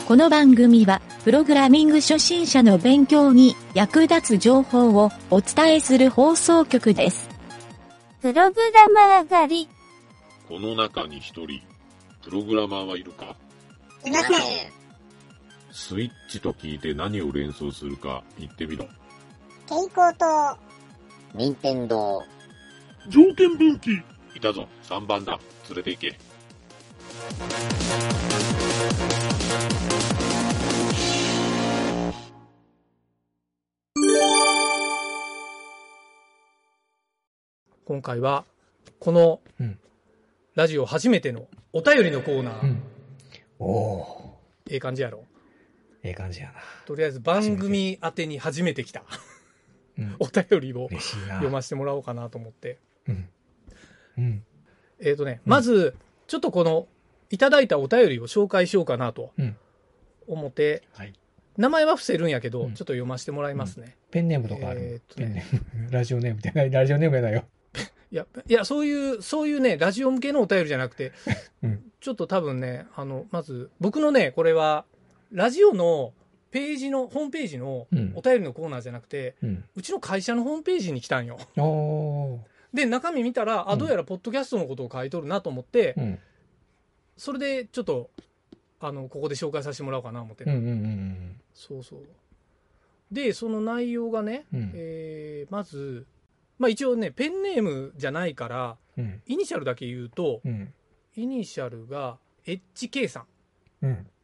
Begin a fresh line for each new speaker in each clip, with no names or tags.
この番組は、プログラミング初心者の勉強に役立つ情報をお伝えする放送局です。
プログラマー狩り。
この中に一人、プログラマーはいるか？
いません。
スイッチと聞いて何を連想するか言ってみろ。
蛍光灯。
任天堂。
条件分岐。いたぞ、3番だ。連れて行け。
今回はこのラジオ初めてのお便りのコーナー、ええ感じやろ。
ええ感じやな。
とりあえず番組宛てに初めて来たお便りを読ませてもらおうかなと思って、まずちょっとこのいただいたお便りを紹介しようかなと思って、名前は伏せるんやけど、ちょっと読ませてもらいますね。
ペンネームとかある？ペンネームラジオネームってない。ラジオネームやないよ。
いやそういうねラジオ向けのお便りじゃなくて、ちょっと多分ねまず僕のねこれはラジオのページのホームページのお便りのコーナーじゃなくて、うちの会社のホームページに来たんよ。で中身見たらどうやらポッドキャストのことを書いとるなと思って、それでちょっとここで紹介させてもらおうかな思って、そうそう。でその内容がね、まず一応ねペンネームじゃないから、イニシャルだけ言うと、イニシャルが HK さん、なんか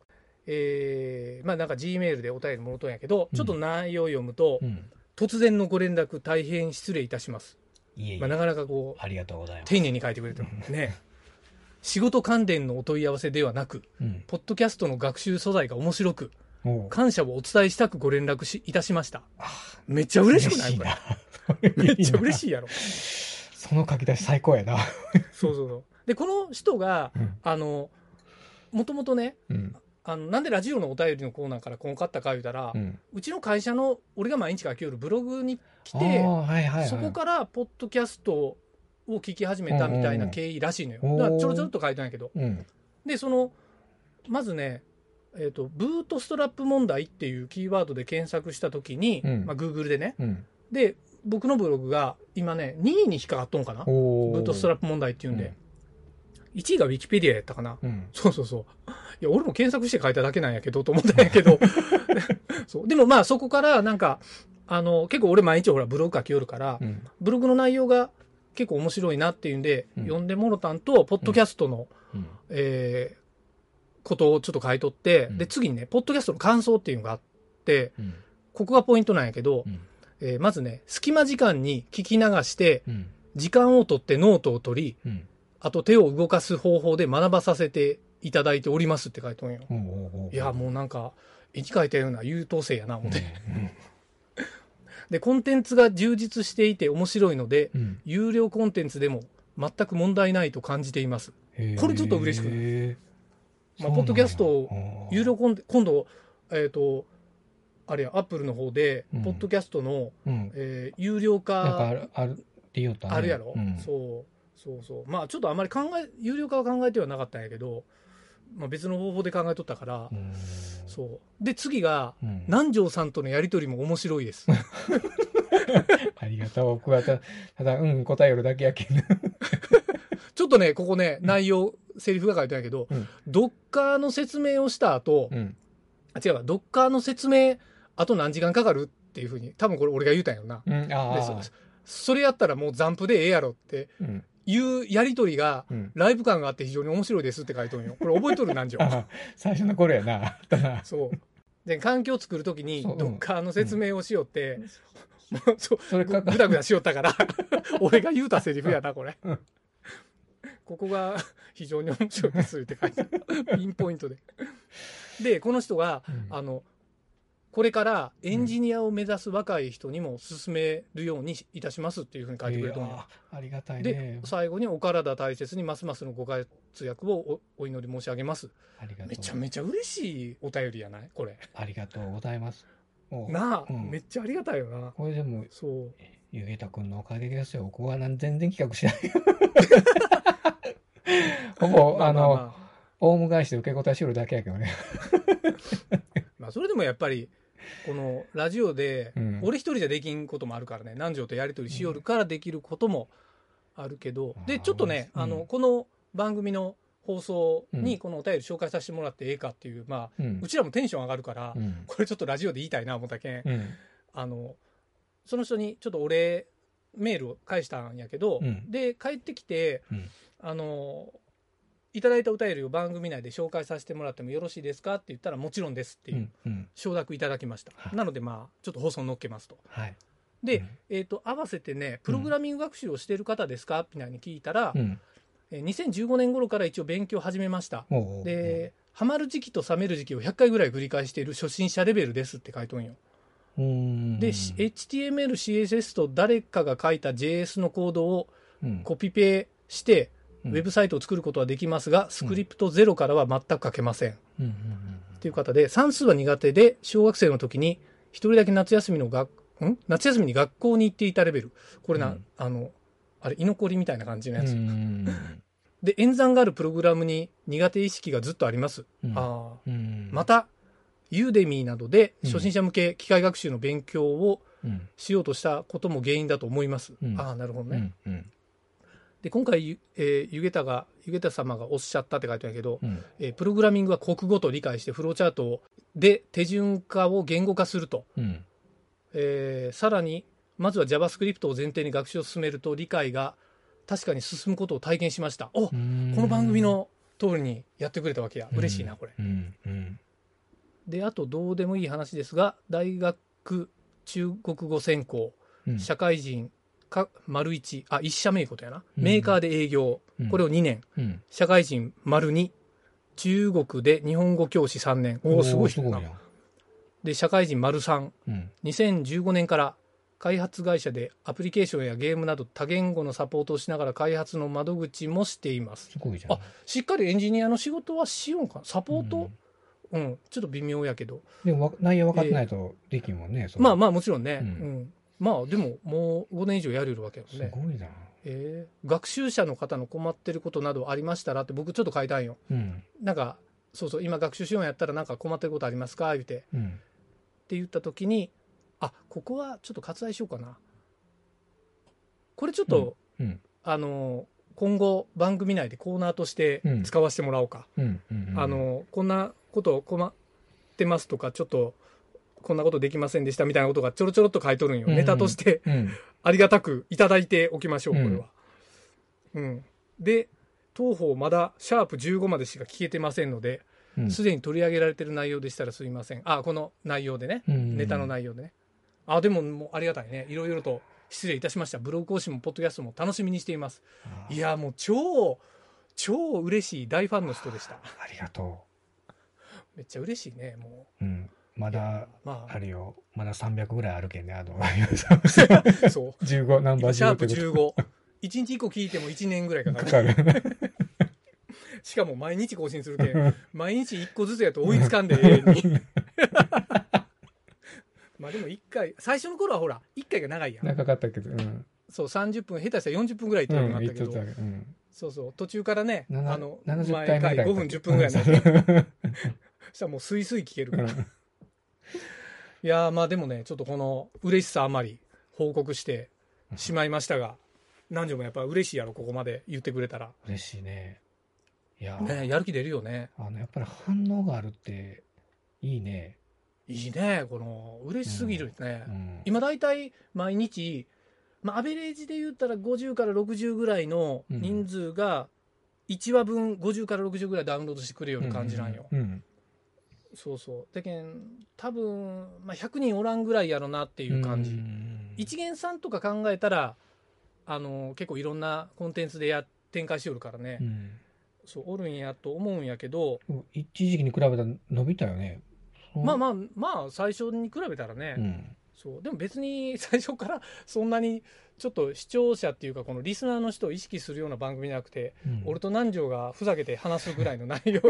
Gmail でお便りもろとんやけど、ちょっと内容を読むと、突然のご連絡大変失礼いたします。なかなかこう
ありがとうございます。
丁寧に書いてくれてるね。仕事関連のお問い合わせではなく、ポッドキャストの学習素材が面白く、感謝をお伝えしたくご連絡いたしました。めっちゃ嬉しくないこれ。めっちゃ嬉しいやろ。
その書き出し最高やな。
そうでこの人が、もともとね、なんでラジオのお便りのコーナーからこんかったか言うたら、うちの会社の俺が毎日書きよるブログに来て、そこからポッドキャストを聞き始めたみたいな経緯らしいのよ。だからちょろちょろっと書いたんやけど、でまずね、ブートストラップ問題っていうキーワードで検索したときに、Google でね、で僕のブログが今ね2位に引っかかっとんかな、ブートストラップ問題っていうんで、1位がウィキペディアやったかな、そういや俺も検索して書いただけなんやけどと思ったんやけどそうでもそこからなんか結構俺毎日ほらブログ書きよるから、ブログの内容が結構面白いなっていうんで、読んでもろたんとポッドキャストの、ことをちょっと書いとって、で次にねポッドキャストの感想っていうのがあって、ここがポイントなんやけど、まずね隙間時間に聞き流して、時間を取ってノートを取り、あと手を動かす方法で学ばさせていただいておりますって書いとんよ。いやもうなんか絵に描いたような優等生やな思って、でコンテンツが充実していて面白いので、有料コンテンツでも全く問題ないと感じています。これちょっと嬉しくない？ポッドキャスト有料今度あれやアップルの方で、ポッドキャストの、有料化あるやろ、そうちょっとあまり有料化は考えてはなかったんやけど、別の方法で考えとったから、そうで次が、南條さんとのやり取りも面白いです
ありがとう。僕はただ答えよるだけやけど
ちょっとねここね内容セリフが書いてあるけど、ドッカーの説明をした後、違うわ、ドッカーの説明あと何時間かかるっていうふうに多分これ俺が言うたんやろな、でそれやったらもう残布でええやろっていうやり取りが、ライブ感があって非常に面白いですって書いとんよ。これ覚えとる南條
最初の頃やな。
そうで環境を作るときにドッカーの説明をしよって、もうそれグダグダしよったから俺が言うたセリフやなこれ、ここが非常に面白いですって書いてあるピンポイントででこの人が、これからエンジニアを目指す若い人にも勧めるようにいたしますっていうふうに書いてくれたんだ、
ありがたいね。
で最後にお体大切にますますのご活躍を お祈り申し上げます。
ありがとう。
めちゃめちゃ嬉しいお便りやないこれ。
ありがとうございます。
なあ、めっちゃありがたいよな。
これでも
そう
ゆげたくんのおかげですよ。ここは全然企画しないほぼオウム返しで受け答えしよるだけやけどね。
まあそれでもやっぱりこのラジオで
うん
俺一人じゃできんこともあるからね、南條とやり取りしよるからできることもあるけど、でちょっとね、
うん
この番組の放送
うん
にこのお便り紹介させてもらってええかっていう、まあ
うん
うちらもテンション上がるから、
うん
これちょっとラジオで言いたいな思ったけん、
うん
その人にちょっとお礼メールを返したんやけど、
うん
で帰ってきて、
うん
いただいたお便りを番組内で紹介させてもらってもよろしいですかって言ったら、もちろんですっていううん
うん
承諾いただきました、
はい
なのでまあちょっと放送に載っけますと。
はい。
で、
うん
合わせてね、プログラミング学習をしている方ですかみたいに聞いたら、
うん
2015年頃から一応勉強を始めました。
おうおう
で、ハマる時期と冷める時期を100回ぐらい繰り返している初心者レベルですって書いとんよ。
うん
で、HTML、CSS と誰かが書いた JS のコードを
うん
コピペして、
うん
ウェブサイトを作ることはできますが、スクリプトゼロからは全く書けません。
うんうん
っていう方で、算数は苦手で、小学生の時に一人だけ夏休みに学校に行っていたレベル。これな、あれ、居残りみたいな感じのやつ。
うん
で、演算があるプログラムに苦手意識がずっとあります。
うん
あー
うん
また、ユーデミーなどで初心者向け機械学習の勉強を
うん
しようとしたことも原因だと思います。
うん
ああ、なるほどね。
うんうん
で、今回、ゆげた様がおっしゃったって書いてあるけど、
うん
プログラミングは国語と理解してフローチャートで手順化を言語化すると。
うん
さらに、まずは JavaScript を前提に学習を進めると理解が確かに進むことを体験しました。お、この番組の通りにやってくれたわけや。嬉しいな、これ。
うんうん
で、あとどうでもいい話ですが、大学中国語専攻、
うん
社会人か、丸1、一社名ことやな。
うん
メーカーで営業、
うん
これを2年。
うん
社会人丸2、中国で日本語教師3年。おお、すごい人だな。
やん
で、社会人丸3、
うん
2015年から開発会社でアプリケーションやゲームなど多言語のサポートをしながら開発の窓口もしています。
すごいじゃん。
あ、しっかりエンジニアの仕事はしようかな。サポート、ちょっと微妙やけど。
でも内容分かってないとできんもんね。
まあまあもちろんね。
うん
まあでももう5年以上やれるわけよ
す
ね。
ごいな。
学習者の方の困ってることなどありましたらって僕ちょっと書いたんよ。
うん
なんか、そうそう、今学習しようやったらなんか困ってることありますか言って。
うん
って言った時に、ここはちょっと割愛しようかな。これちょっと、
うん
今後番組内でコーナーとして使わせてもらおうか。
うんうん
こんなこと困ってますとか、ちょっとこんなことできませんでしたみたいなことがちょろちょろっと書いとるんよ。
うん
ネタとして
うん
ありがたくいただいておきましょう、これは。で、当方まだシャープ15までしか聞けてませんので、
うん
すでに取り上げられてる内容でしたらすいません。この内容でね、
うん
ネタの内容でね。でももうありがたいね。いろいろと失礼いたしました。ブログ更新もポッドキャストも楽しみにしています。いや、もう超嬉しい大ファンの人でした。
ありがと
めっちゃ嬉しいね、も
う。まだ
ま
あるよ。まだ300ぐらいあるけんね。
う。そう。
15ナンバー
シャープ
15
15。1日1個聞いても1年ぐらいかか
か
る。
かる。
しかも毎日更新するけん、毎日1個ずつやと追いつかんで永遠に。まあでも1回、最初の頃はほら、1回が長いやん。
長かったけど。
そう、30分、下手したら40分ぐらいってなったけど、そうそう、途中からね、
70
毎回
回目ぐらい
5分、10分ぐらいになって、そしたらもうスイスイ聞けるから。いやー、まあでもね、ちょっとこの嬉しさあまり報告してしまいましたが、南條もやっぱ嬉しいやろ、ここまで言ってくれたら。
嬉しいね。いや
ね、やる気出るよね。
やっぱり反応があるっていいね。
いいね、この、嬉しすぎるね。
うん
今大体毎日、アベレージで言ったら50から60ぐらいの人数が1話分50から60ぐらいダウンロードしてくれるような感じなんよ。そうそう。だけん、多分、100人おらんぐらいやろなっていう感じ。一元さんとか考えたら、結構いろんなコンテンツで展開しよるからね。そう、おるんやと思うんやけど、
一時期に比べたら伸びたよね。
まあ、最初に比べたらね。そうでも別に最初からそんなにちょっと視聴者っていうかこのリスナーの人を意識するような番組じゃなくて、俺と南條がふざけて話すぐらいの内容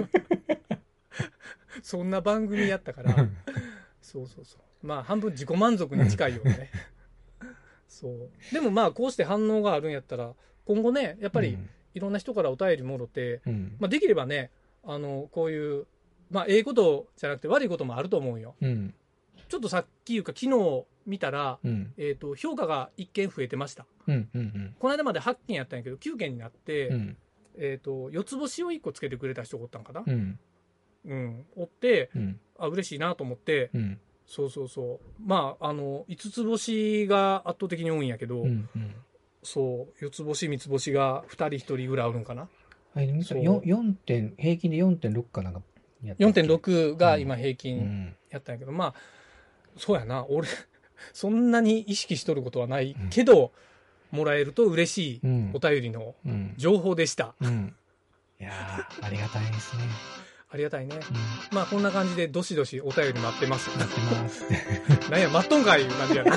そんな番組やったからそう半分自己満足に近いよねそうでもこうして反応があるんやったら今後ねやっぱりいろんな人からお便りもろて、できればねこういう、まあ、ええことじゃなくて悪いこともあると思うよ。
うん。
ちょっとさっきいうか、昨日見たら、
うん。
評価が1件増えてました。
うんうんうん。
この間まで8件やったんやけど、9件になって、
うん。
4つ星を1個つけてくれた人がおったんかな。
うん。
うん。おって、
うん。
嬉しいなと思って、
うん。
そうそうそう。まあ、5つ星が圧倒的に多いんやけど、
うんうん。
そう、4つ星、3つ星が2人1人ぐらいおるんかな。
はい、
そう
4点、平均で 4.6 かなんかやったっけ。
4.6 が今平
う
均
ん。
やったんやけど、まあ、そうやな、俺、そんなに意識しとることはないけど、もらえると嬉しいお便りの
うん。
情報でした。
うん。いやー、ありがたいですね。
ありがたいね。
うん。
まあ、こんな感じで、どしどしお便り待ってます。
待ってます。
なんや、待っとんかいいう感じやな。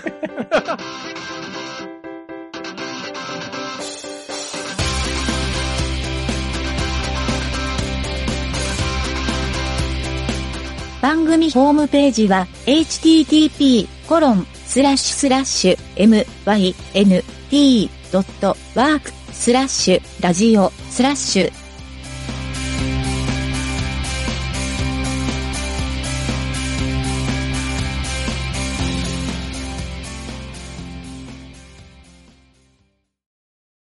番組ホームページは http://myn.t.work/ラジオ/